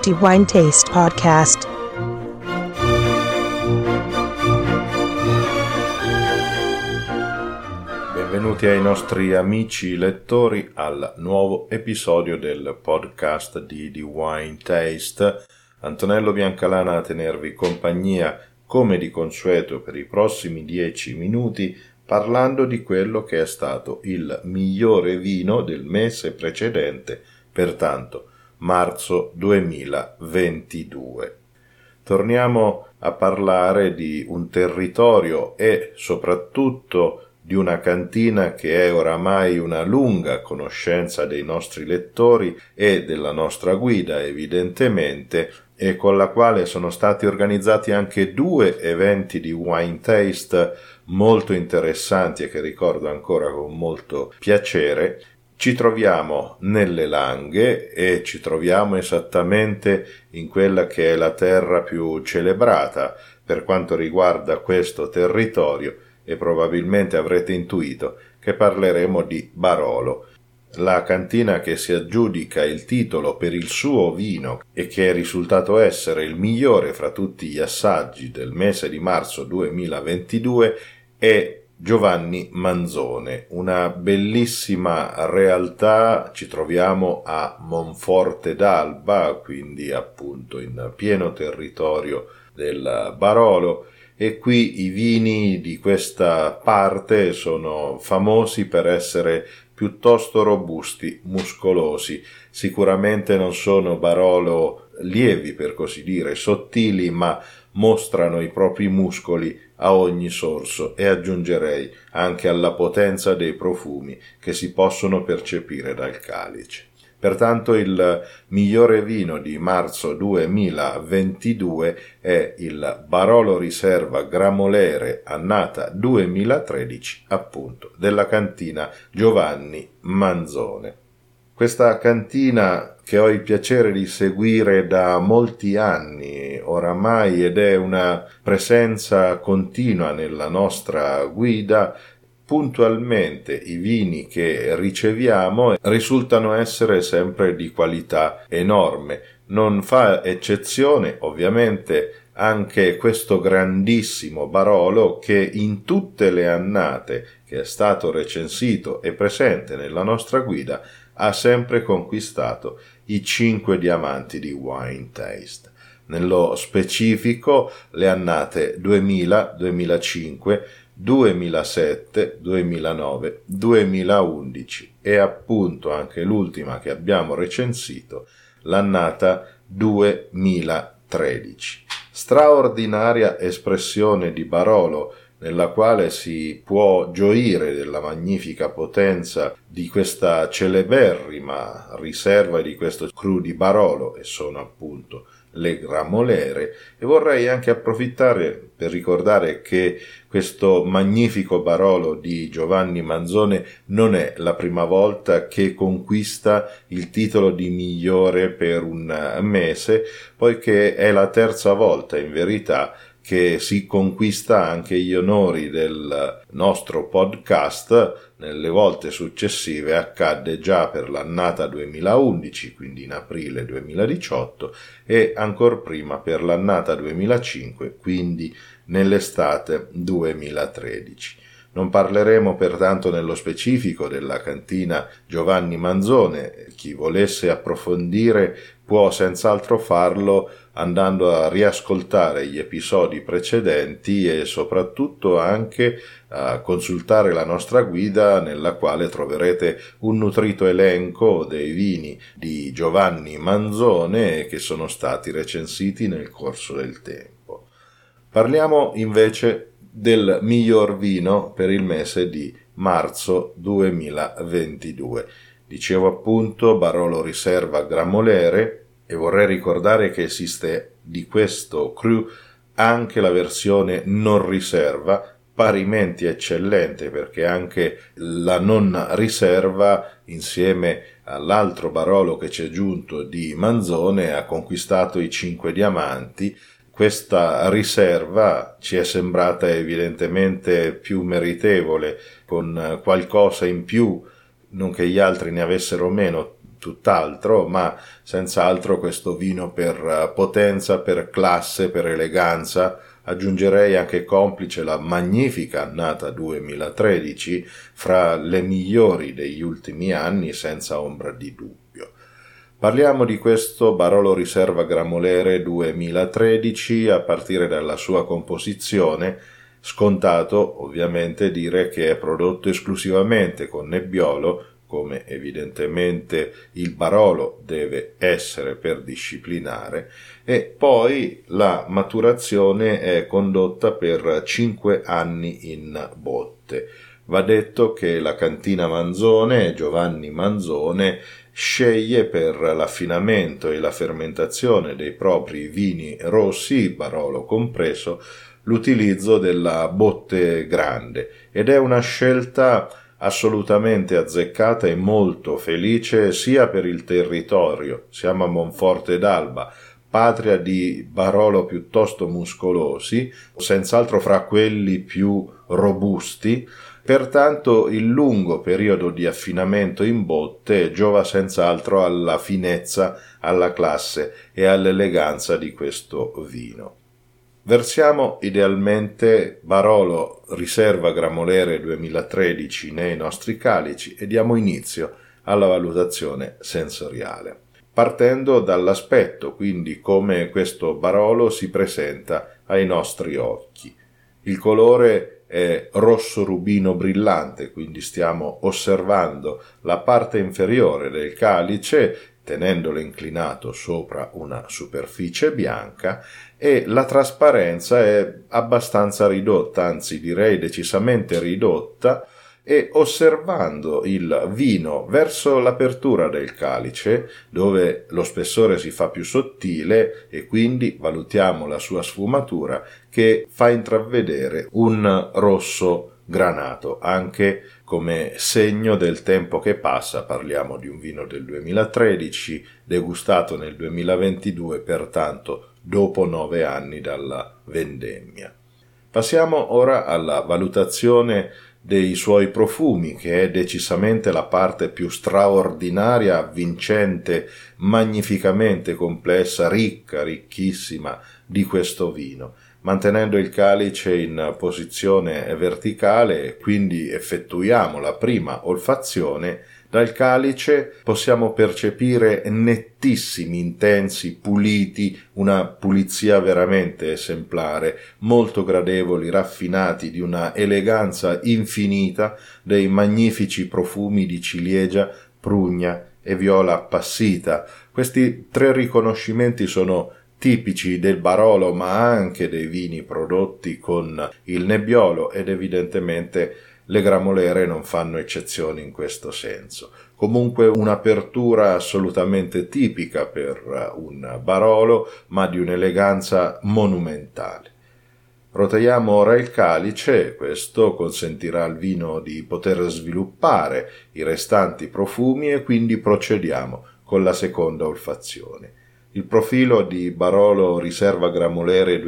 the Wine Taste Podcast. Benvenuti ai nostri amici lettori al nuovo episodio del podcast di The Wine Taste. Antonello Biancalana a tenervi compagnia come di consueto per i prossimi 10 minuti parlando di quello che è stato il migliore vino del mese precedente, pertanto marzo 2022. Torniamo a parlare di un territorio e soprattutto di una cantina che è oramai una lunga conoscenza dei nostri lettori e della nostra guida, evidentemente, e con la quale sono stati organizzati anche 2 eventi di wine taste molto interessanti e che ricordo ancora con molto piacere. Ci troviamo nelle Langhe e ci troviamo esattamente in quella che è la terra più celebrata per quanto riguarda questo territorio e probabilmente avrete intuito che parleremo di Barolo. La cantina che si aggiudica il titolo per il suo vino e che è risultato essere il migliore fra tutti gli assaggi del mese di marzo 2022 è Giovanni Manzone, una bellissima realtà. Ci troviamo a Monforte d'Alba, quindi appunto in pieno territorio del Barolo, e qui i vini di questa parte sono famosi per essere piuttosto robusti, muscolosi. Sicuramente non sono Barolo lievi, per così dire, sottili, ma mostrano i propri muscoli a ogni sorso e aggiungerei anche alla potenza dei profumi che si possono percepire dal calice. Pertanto il migliore vino di marzo 2022 è il Barolo Riserva Gramolere Annata 2013, appunto, della cantina Giovanni Manzone. Questa cantina che ho il piacere di seguire da molti anni oramai ed è una presenza continua nella nostra guida. Puntualmente i vini che riceviamo risultano essere sempre di qualità enorme. Non fa eccezione ovviamente anche questo grandissimo Barolo che in tutte le annate che è stato recensito e presente nella nostra guida ha sempre conquistato i 5 diamanti di Wine Taste. Nello specifico le annate 2000, 2005, 2007, 2009, 2011 e appunto anche l'ultima che abbiamo recensito, l'annata 2013. Straordinaria espressione di Barolo nella quale si può gioire della magnifica potenza di questa celeberrima riserva di questo cru di Barolo e sono appunto le Gramolere, e vorrei anche approfittare per ricordare che questo magnifico Barolo di Giovanni Manzone non è la prima volta che conquista il titolo di migliore per un mese, poiché è la terza volta in verità che si conquista anche gli onori del nostro podcast. Nelle volte successive accadde già per l'annata 2011, quindi in aprile 2018, e ancor prima per l'annata 2005, quindi nell'estate 2013. Non parleremo pertanto nello specifico della cantina Giovanni Manzone. Chi volesse approfondire può senz'altro farlo andando a riascoltare gli episodi precedenti e soprattutto anche a consultare la nostra guida nella quale troverete un nutrito elenco dei vini di Giovanni Manzone che sono stati recensiti nel corso del tempo. Parliamo invece del miglior vino per il mese di marzo 2022. Dicevo appunto Barolo Riserva Gramolere, e vorrei ricordare che esiste di questo cru anche la versione non riserva, parimenti eccellente, perché anche la non riserva insieme all'altro Barolo che ci è giunto di Manzone ha conquistato i 5 diamanti. Questa riserva ci è sembrata evidentemente più meritevole, con qualcosa in più, non che gli altri ne avessero meno, tutt'altro, ma senz'altro questo vino per potenza, per classe, per eleganza. Aggiungerei anche complice la magnifica annata 2013, fra le migliori degli ultimi anni, senza ombra di dubbio. Parliamo di questo Barolo Riserva Gramolere 2013 a partire dalla sua composizione. Scontato ovviamente dire che è prodotto esclusivamente con Nebbiolo, come evidentemente il Barolo deve essere per disciplinare, e poi la maturazione è condotta per 5 anni in botte. Va detto che la cantina Manzone, Giovanni Manzone, sceglie per l'affinamento e la fermentazione dei propri vini rossi, Barolo compreso, l'utilizzo della botte grande, ed è una scelta assolutamente azzeccata e molto felice sia per il territorio. Siamo a Monforte d'Alba, patria di Barolo piuttosto muscolosi, senz'altro fra quelli più robusti. Pertanto il lungo periodo di affinamento in botte giova senz'altro alla finezza, alla classe e all'eleganza di questo vino. Versiamo idealmente Barolo Riserva Gramolere 2013 nei nostri calici e diamo inizio alla valutazione sensoriale, partendo dall'aspetto, quindi come questo Barolo si presenta ai nostri occhi. Il colore è rosso rubino brillante, quindi stiamo osservando la parte inferiore del calice, tenendolo inclinato sopra una superficie bianca, e la trasparenza è abbastanza ridotta, anzi direi decisamente ridotta, e osservando il vino verso l'apertura del calice, dove lo spessore si fa più sottile e quindi valutiamo la sua sfumatura, che fa intravedere un rosso granato, anche come segno del tempo che passa. Parliamo di un vino del 2013, degustato nel 2022, pertanto dopo 9 anni dalla vendemmia. Passiamo ora alla valutazione dei suoi profumi, che è decisamente la parte più straordinaria, avvincente, magnificamente complessa, ricca, ricchissima di questo vino. Mantenendo il calice in posizione verticale, quindi effettuiamo la prima olfazione. Dal calice possiamo percepire nettissimi, intensi, puliti, una pulizia veramente esemplare, molto gradevoli, raffinati, di una eleganza infinita, dei magnifici profumi di ciliegia, prugna e viola appassita. Questi 3 riconoscimenti sono tipici del Barolo, ma anche dei vini prodotti con il Nebbiolo, ed evidentemente le Gramolere non fanno eccezione in questo senso. Comunque un'apertura assolutamente tipica per un Barolo, ma di un'eleganza monumentale. Rotagliamo ora il calice, questo consentirà al vino di poter sviluppare i restanti profumi e quindi procediamo con la seconda olfazione. Il profilo di Barolo Riserva Gramolere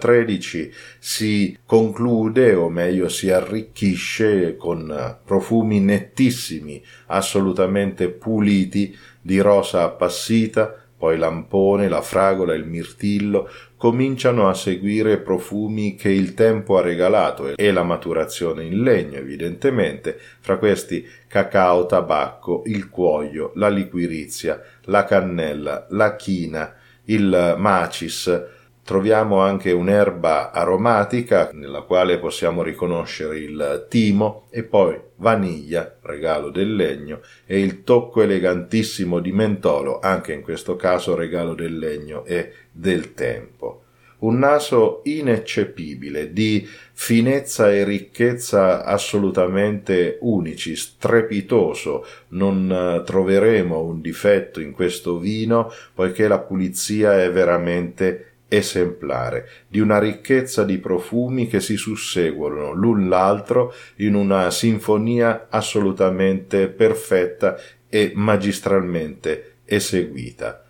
2013 si conclude, o meglio si arricchisce, con profumi nettissimi, assolutamente puliti, di rosa appassita, poi l'ampone, la fragola, il mirtillo. Cominciano a seguire profumi che il tempo ha regalato e la maturazione in legno, evidentemente, fra questi cacao, tabacco, il cuoio, la liquirizia, la cannella, la china, il macis. Troviamo anche un'erba aromatica nella quale possiamo riconoscere il timo, e poi vaniglia, regalo del legno, e il tocco elegantissimo di mentolo, anche in questo caso regalo del legno e del tempo. Un naso ineccepibile, di finezza e ricchezza assolutamente unici, strepitoso. Non troveremo un difetto in questo vino, poiché la pulizia è veramente esemplare, di una ricchezza di profumi che si susseguono l'un l'altro in una sinfonia assolutamente perfetta e magistralmente eseguita.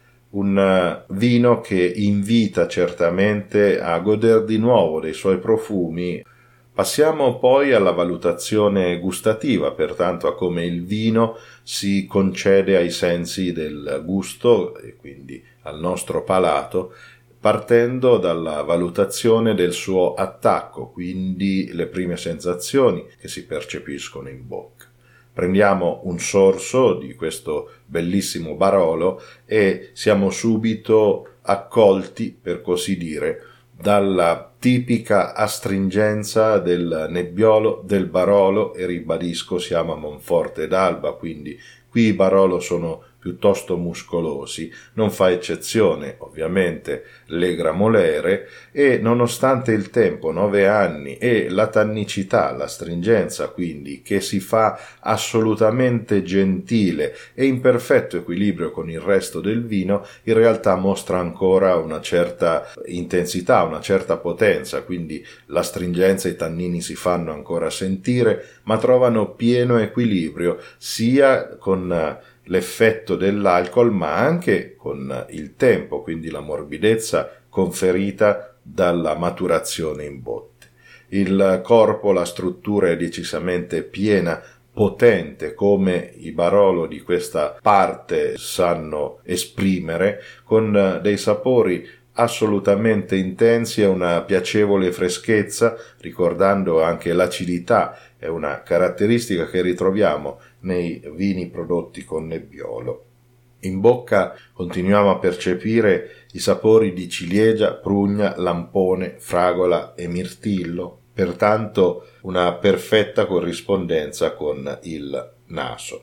Un vino che invita certamente a goder di nuovo dei suoi profumi, Passiamo poi alla valutazione gustativa, pertanto a come il vino si concede ai sensi del gusto e quindi al nostro palato, partendo dalla valutazione del suo attacco, quindi le prime sensazioni che si percepiscono in bocca. Prendiamo un sorso di questo bellissimo Barolo e siamo subito accolti, per così dire, dalla tipica astringenza del Nebbiolo, del Barolo, e ribadisco siamo a Monforte d'Alba, quindi qui i Barolo sono piuttosto muscolosi, non fa eccezione ovviamente le Gramolere, e nonostante il tempo, 9 anni, e la tannicità, la stringenza quindi, che si fa assolutamente gentile e in perfetto equilibrio con il resto del vino, in realtà mostra ancora una certa intensità, una certa potenza, quindi la stringenza e i tannini si fanno ancora sentire, ma trovano pieno equilibrio sia con l'effetto dell'alcol ma anche con il tempo, quindi la morbidezza conferita dalla maturazione in botte. Il corpo, la struttura è decisamente piena, potente, come i Barolo di questa parte sanno esprimere, con dei sapori assolutamente intensi e una piacevole freschezza, ricordando anche l'acidità, è una caratteristica che ritroviamo nei vini prodotti con Nebbiolo. In bocca continuiamo a percepire i sapori di ciliegia, prugna, lampone, fragola e mirtillo, pertanto una perfetta corrispondenza con il naso.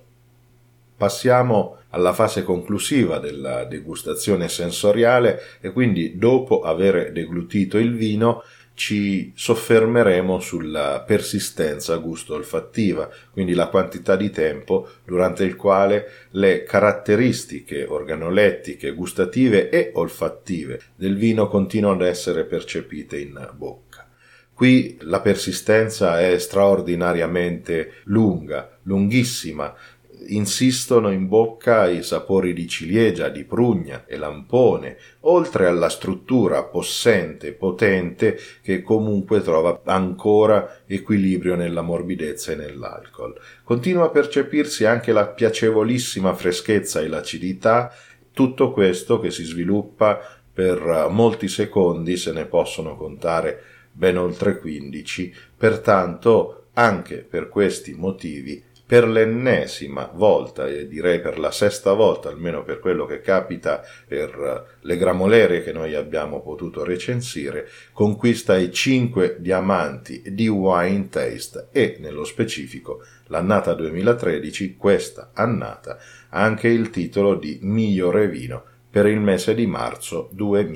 Passiamo alla fase conclusiva della degustazione sensoriale e quindi, dopo aver deglutito il vino, ci soffermeremo sulla persistenza gusto-olfattiva, quindi la quantità di tempo durante il quale le caratteristiche organolettiche, gustative e olfattive del vino continuano ad essere percepite in bocca. Qui la persistenza è straordinariamente lunga, lunghissima. Insistono in bocca i sapori di ciliegia, di prugna e lampone, oltre alla struttura possente, potente, che comunque trova ancora equilibrio nella morbidezza e nell'alcol. Continua a percepirsi anche la piacevolissima freschezza e l'acidità, tutto questo che si sviluppa per molti secondi, se ne possono contare ben oltre 15, pertanto anche per questi motivi, per l'ennesima volta, e direi per la sesta volta, almeno per quello che capita per le Gramolere che noi abbiamo potuto recensire, conquista i 5 diamanti di Wine Taste e, nello specifico, l'annata 2013, questa annata, anche il titolo di migliore vino per il mese di marzo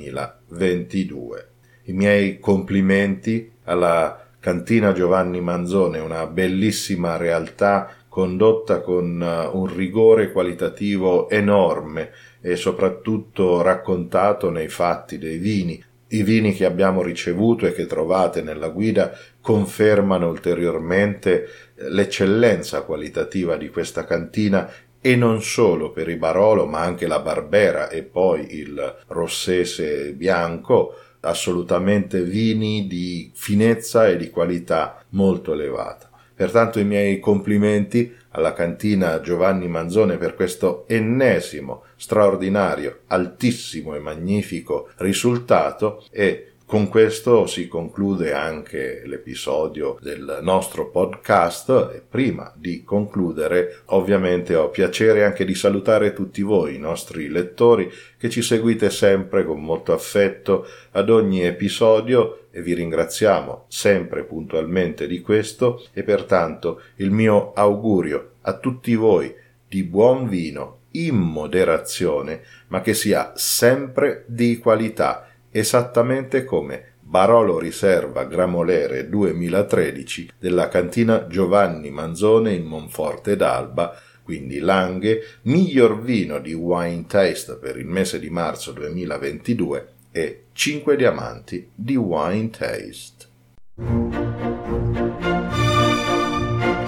2022. I miei complimenti alla Cantina Giovanni Manzone, una bellissima realtà condotta con un rigore qualitativo enorme e soprattutto raccontato nei fatti dei vini. I vini che abbiamo ricevuto e che trovate nella guida confermano ulteriormente l'eccellenza qualitativa di questa cantina, e non solo per i Barolo ma anche la Barbera e poi il Rossese bianco, assolutamente vini di finezza e di qualità molto elevata. Pertanto i miei complimenti alla Cantina Giovanni Manzone per questo ennesimo, straordinario, altissimo e magnifico risultato, e con questo si conclude anche l'episodio del nostro podcast. E prima di concludere, ovviamente ho piacere anche di salutare tutti voi, i nostri lettori, che ci seguite sempre con molto affetto ad ogni episodio, e vi ringraziamo sempre puntualmente di questo, e pertanto il mio augurio a tutti voi di buon vino in moderazione, ma che sia sempre di qualità, esattamente come Barolo Riserva Gramolere 2013 della Cantina Giovanni Manzone in Monforte d'Alba, quindi Langhe, miglior vino di Wine Taste per il mese di marzo 2022 e 5 diamanti di Wine Taste.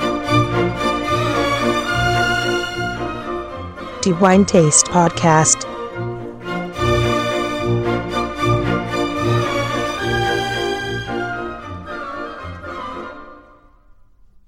The Wine Taste Podcast.